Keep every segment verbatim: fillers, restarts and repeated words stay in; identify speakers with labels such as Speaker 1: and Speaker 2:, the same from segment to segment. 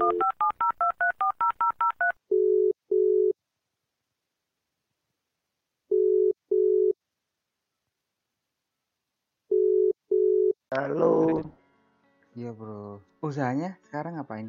Speaker 1: Halo.
Speaker 2: Iya bro. Usahanya sekarang ngapain?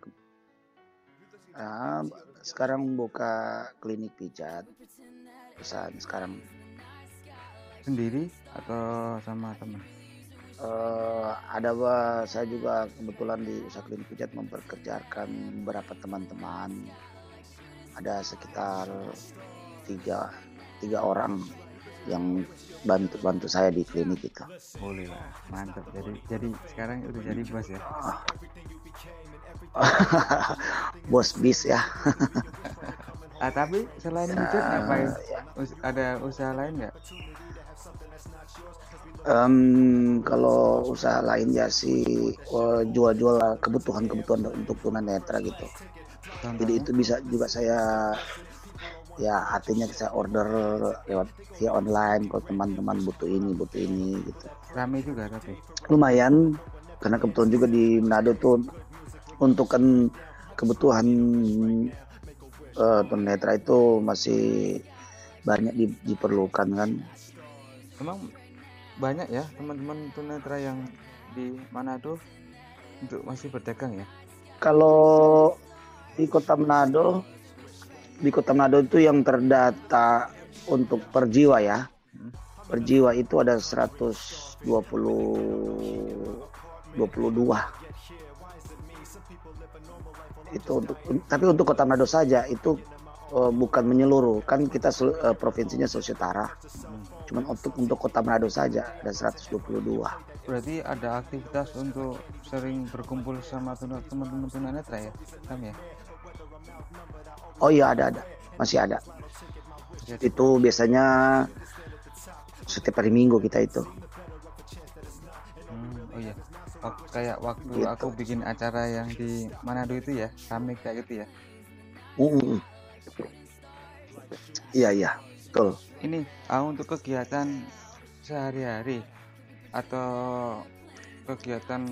Speaker 1: Nah, sekarang buka klinik pijat. Usaha sekarang.
Speaker 2: Sendiri atau sama teman?
Speaker 1: Uh, ada bah, saya juga kebetulan di usaha klinik pijat memperkerjakan beberapa teman-teman. Ada sekitar tiga tiga orang yang bantu bantu saya di klinik itu.
Speaker 2: Boleh lah, mantap. Jadi jadi sekarang udah jadi bos ya.
Speaker 1: Bos bis ya.
Speaker 2: Ah tapi selain
Speaker 1: ya,
Speaker 2: pijat ngapain?
Speaker 1: Ya.
Speaker 2: Us- ada usaha lain nggak?
Speaker 1: Um, kalau usaha lain ya sih uh, jual-jual kebutuhan-kebutuhan untuk tunanetra gitu. Contohnya? Jadi itu bisa juga saya ya artinya saya order lewat via online kalau teman-teman butuh ini butuh ini gitu.
Speaker 2: Ramai juga tapi.
Speaker 1: Lumayan karena kebetulan juga di Manado tuh untuk kan kebutuhan uh, tunanetra itu masih banyak di, diperlukan kan.
Speaker 2: Emang banyak ya teman-teman tunanetra yang di Manado untuk masih berdagang ya?
Speaker 1: Kalau di kota Manado di kota Manado itu yang terdata untuk per jiwa ya. Hmm. Per jiwa itu ada seratus dua puluh dua. Itu untuk tapi untuk kota Manado saja itu uh, bukan menyeluruh. Kan kita uh, provinsinya Sulawesi Utara. Hmm. Cuman untuk untuk kota Manado saja ada seratus dua puluh dua.
Speaker 2: Berarti ada aktivitas untuk sering berkumpul sama teman-teman tunanetra ya? Kami ya?
Speaker 1: Oh iya ada ada masih ada. Jadi, itu biasanya setiap hari Minggu kita itu.
Speaker 2: Hmm, oh iya. Wak, kayak waktu gitu. Aku bikin acara yang di Manado itu ya, kami kayak gitu ya.
Speaker 1: Mm-mm. Iya iya betul.
Speaker 2: Ini ah, untuk kegiatan sehari-hari atau kegiatan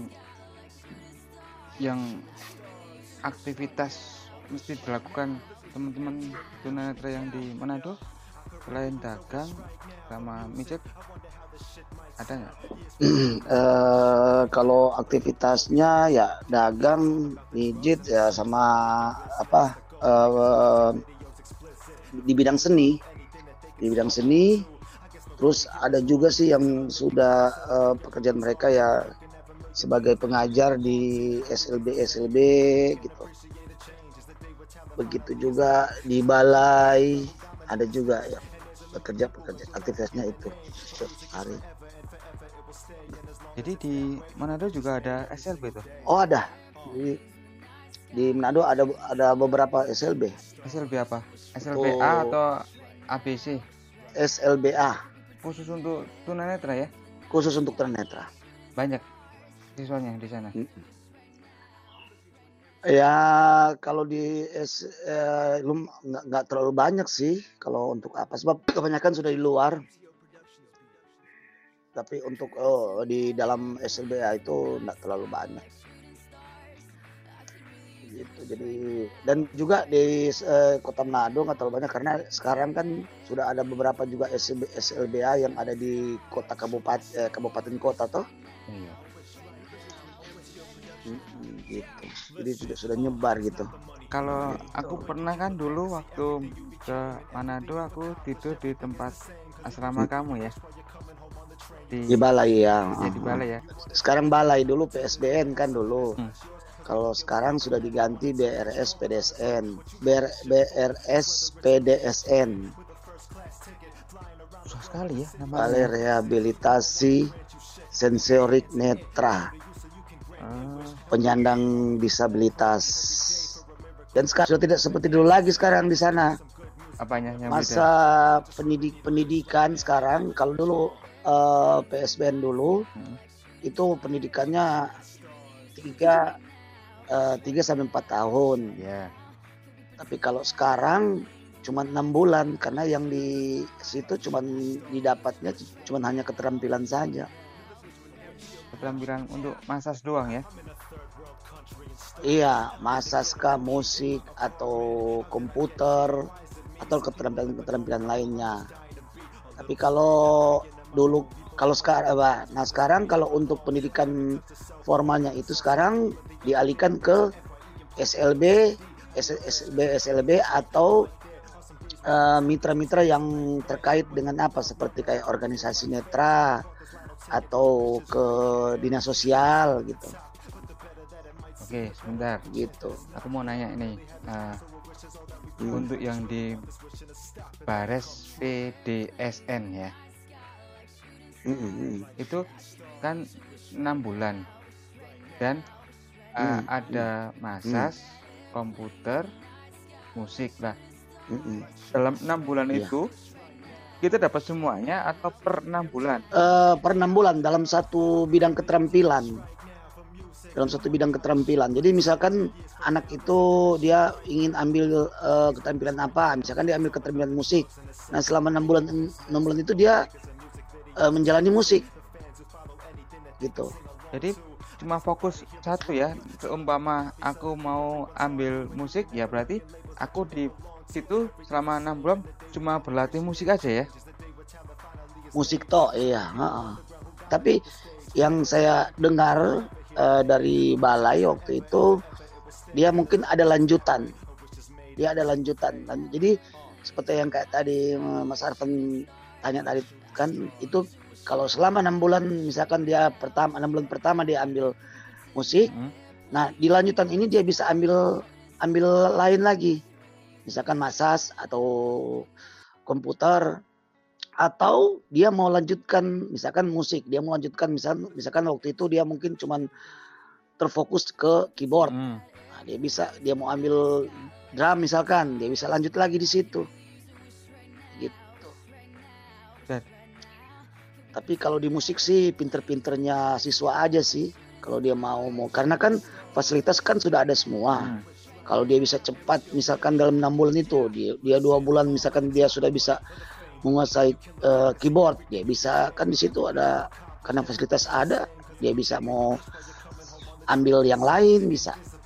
Speaker 2: yang aktivitas mesti dilakukan teman-teman tunanetra yang di Manado selain dagang sama micet ada nggak?
Speaker 1: uh, kalau aktivitasnya ya dagang, mijit ya sama apa uh, di bidang seni, di bidang seni. Terus ada juga sih yang sudah uh, pekerjaan mereka ya sebagai pengajar di S L B S L B gitu. Begitu juga di balai ada juga ya bekerja pekerja aktivitasnya itu setiap hari.
Speaker 2: Jadi di Manado juga ada S L B tuh?
Speaker 1: Oh ada di, di Manado ada ada beberapa S L B.
Speaker 2: S L B apa? S L B A oh. Atau A B C?
Speaker 1: S L B A.
Speaker 2: Khusus untuk tunanetra ya?
Speaker 1: Khusus untuk tunanetra.
Speaker 2: Banyak siswanya di sana? Hmm.
Speaker 1: Ya kalau di S, eh, nggak nggak terlalu banyak sih kalau untuk apa sebab kebanyakan sudah di luar. Tapi untuk oh, di dalam S L B A itu nggak terlalu banyak. Gitu. Jadi dan juga di eh, Kota Manado nggak terlalu banyak karena sekarang kan sudah ada beberapa juga S L B A yang ada di kota kabupaten eh, kabupaten kota toh. Iya. Gitu. Jadi sudah sudah nyebar gitu.
Speaker 2: Kalau gitu. Aku pernah kan dulu waktu ke Manado aku tidur di tempat asrama hmm. kamu ya.
Speaker 1: Di, di balai ya.
Speaker 2: Ya di balai ya.
Speaker 1: Sekarang balai dulu P S B N kan dulu. Hmm. Kalau sekarang sudah diganti B R S P D S N. B R S P D S N.
Speaker 2: Susah sekali ya namanya.
Speaker 1: Balai Rehabilitasi Sensorik Netra. Penyandang disabilitas. Dan sekarang sudah tidak seperti dulu lagi sekarang di sana.
Speaker 2: Apanya yang
Speaker 1: masa beda? pendidik pendidikan sekarang kalau dulu uh, P S B N dulu hmm. itu pendidikannya tiga uh, tiga sampai empat tahun.
Speaker 2: Yeah.
Speaker 1: Tapi kalau sekarang cuma enam bulan karena yang di situ cuma didapatnya cuma hanya keterampilan saja.
Speaker 2: Keterampilan untuk masas doang ya?
Speaker 1: Iya, masaska, musik atau komputer atau keterampilan-keterampilan lainnya. Tapi kalau dulu kalau sekarang nah sekarang kalau untuk pendidikan formalnya itu sekarang dialihkan ke S L B, S L B, S L B atau uh, mitra-mitra yang terkait dengan apa seperti kayak organisasi netra atau ke dinas sosial gitu.
Speaker 2: Oke, sebentar.
Speaker 1: Gitu.
Speaker 2: Aku mau nanya ini. Uh, hmm. Untuk yang di Bares P D S N ya. Hmm. Itu kan enam bulan. Dan uh, hmm. ada masas, hmm. komputer, musik lah. Hmm. Dalam enam bulan yeah. itu kita dapat semuanya atau per enam bulan?
Speaker 1: Uh, per enam bulan dalam satu bidang keterampilan. Dalam satu bidang keterampilan. Jadi misalkan anak itu dia ingin ambil uh, keterampilan apa, misalkan dia ambil keterampilan musik. Nah selama enam bulan enam bulan itu dia uh, menjalani musik, gitu.
Speaker 2: Jadi cuma fokus satu ya. Seumpama aku mau ambil musik, ya berarti aku di situ selama enam bulan cuma berlatih musik aja ya.
Speaker 1: Musik toh, iya. Uh-uh. Tapi yang saya dengar Uh, dari balai waktu itu dia mungkin ada lanjutan dia ada lanjutan Dan, jadi seperti yang kayak tadi Mas Arfan tanya tadi kan, itu kalau selama enam bulan misalkan dia pertama enam bulan pertama dia ambil musik, hmm. nah di lanjutan ini dia bisa ambil ambil lain lagi, misalkan masas atau komputer, atau dia mau lanjutkan misalkan musik, dia mau lanjutkan misalkan misalkan waktu itu dia mungkin cuman terfokus ke keyboard, hmm. nah, dia bisa dia mau ambil drum misalkan, dia bisa lanjut lagi di situ, gitu.
Speaker 2: Dan.
Speaker 1: Tapi kalau di musik sih pinter-pinternya siswa aja sih, kalau dia mau mau karena kan fasilitas kan sudah ada semua. Hmm. Kalau dia bisa cepat misalkan dalam enam bulan itu dia dia dua bulan misalkan dia sudah bisa menguasai uh, keyboard, dia bisa kan di situ ada, karena fasilitas ada, dia bisa mau ambil yang lain bisa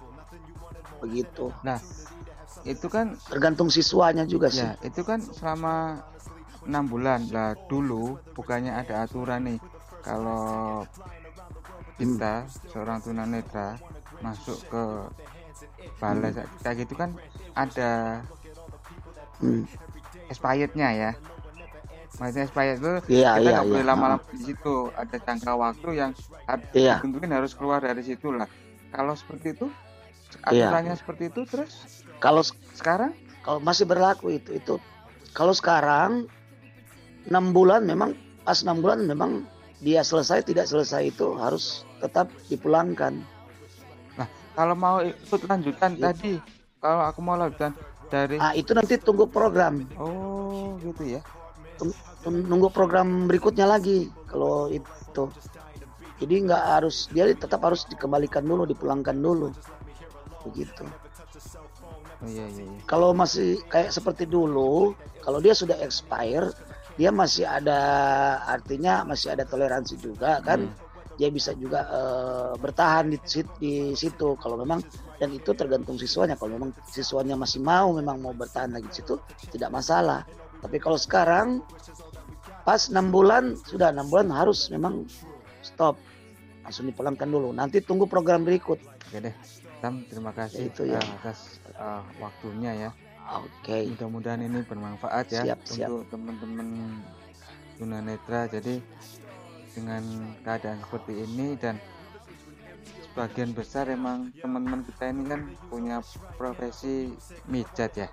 Speaker 1: begitu.
Speaker 2: Nah itu kan
Speaker 1: tergantung siswanya juga ya, sih.
Speaker 2: Itu kan selama enam bulan lah. Dulu bukannya ada aturan nih kalau kita hmm. seorang tunanetra masuk ke balai hmm. kayak gitu kan ada hmm. expirednya ya. Maksudnya expired itu
Speaker 1: iya,
Speaker 2: kita
Speaker 1: nggak
Speaker 2: iya, boleh
Speaker 1: iya.
Speaker 2: lama-lama di situ, ada jangka waktu yang
Speaker 1: iya.
Speaker 2: ditentukan harus keluar dari situ lah. Kalau seperti itu aturannya iya. seperti itu terus
Speaker 1: kalau
Speaker 2: sekarang
Speaker 1: kalau masih berlaku itu itu kalau sekarang enam bulan memang pas enam bulan memang dia selesai tidak selesai itu harus tetap dipulangkan.
Speaker 2: Nah kalau mau ikut lanjutan ya. Tadi kalau aku mau lanjutan dari
Speaker 1: ah itu nanti tunggu program.
Speaker 2: Oh gitu ya,
Speaker 1: nunggu program berikutnya lagi kalau itu. Jadi nggak harus, dia tetap harus dikembalikan dulu, dipulangkan dulu begitu.
Speaker 2: Oh, iya, iya, iya.
Speaker 1: Kalau masih kayak seperti dulu, kalau dia sudah expire, dia masih ada, artinya masih ada toleransi juga kan. Hmm. Dia bisa juga uh, bertahan di, di situ kalau memang, dan itu tergantung siswanya. Kalau memang siswanya masih mau memang mau bertahan lagi di situ, tidak masalah. Tapi kalau sekarang pas enam bulan, sudah enam bulan harus memang stop, langsung dipulangkan dulu. Nanti tunggu program berikut.
Speaker 2: Oke deh, Tam, terima kasih
Speaker 1: itu ya.
Speaker 2: atas uh, waktunya ya.
Speaker 1: Oke. Okay.
Speaker 2: Mudah-mudahan ini bermanfaat ya
Speaker 1: siap,
Speaker 2: untuk
Speaker 1: siap.
Speaker 2: teman-teman tunanetra. Jadi dengan keadaan seperti ini dan sebagian besar emang teman-teman kita ini kan punya profesi mijat ya.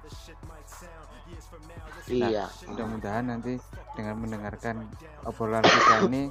Speaker 2: Nah,
Speaker 1: iya.
Speaker 2: Mudah-mudahan nanti dengan mendengarkan obrolan kita ini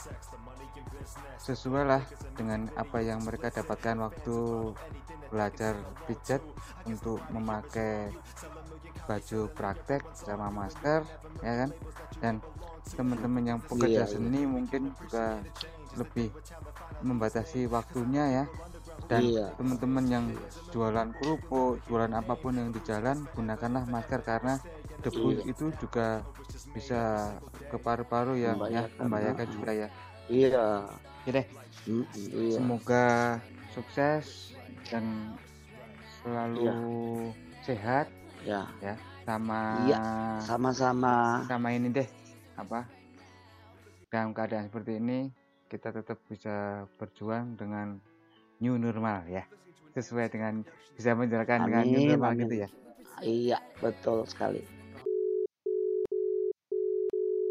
Speaker 2: sesuai lah dengan apa yang mereka dapatkan waktu belajar pijat, untuk memakai baju praktek sama masker ya kan, dan teman-teman yang pekerja iya, seni iya. mungkin juga lebih membatasi waktunya ya, dan iya. teman-teman yang jualan kerupuk, jualan apapun yang di jalan, gunakanlah masker karena debu iya. itu juga bisa ke paru-paru yang membahayakan, ya, membahayakan juga ya.
Speaker 1: Iya.
Speaker 2: Oke deh.
Speaker 1: Mm, iya.
Speaker 2: Semoga sukses dan selalu
Speaker 1: Iya.
Speaker 2: sehat
Speaker 1: Ya.
Speaker 2: ya, sama
Speaker 1: Iya, sama-sama.
Speaker 2: sama ini deh, apa, dalam keadaan seperti ini kita tetap bisa berjuang dengan new normal ya, sesuai dengan bisa menjalankan dengan new
Speaker 1: Amin,
Speaker 2: normal
Speaker 1: amin.
Speaker 2: gitu ya.
Speaker 1: Iya, betul sekali.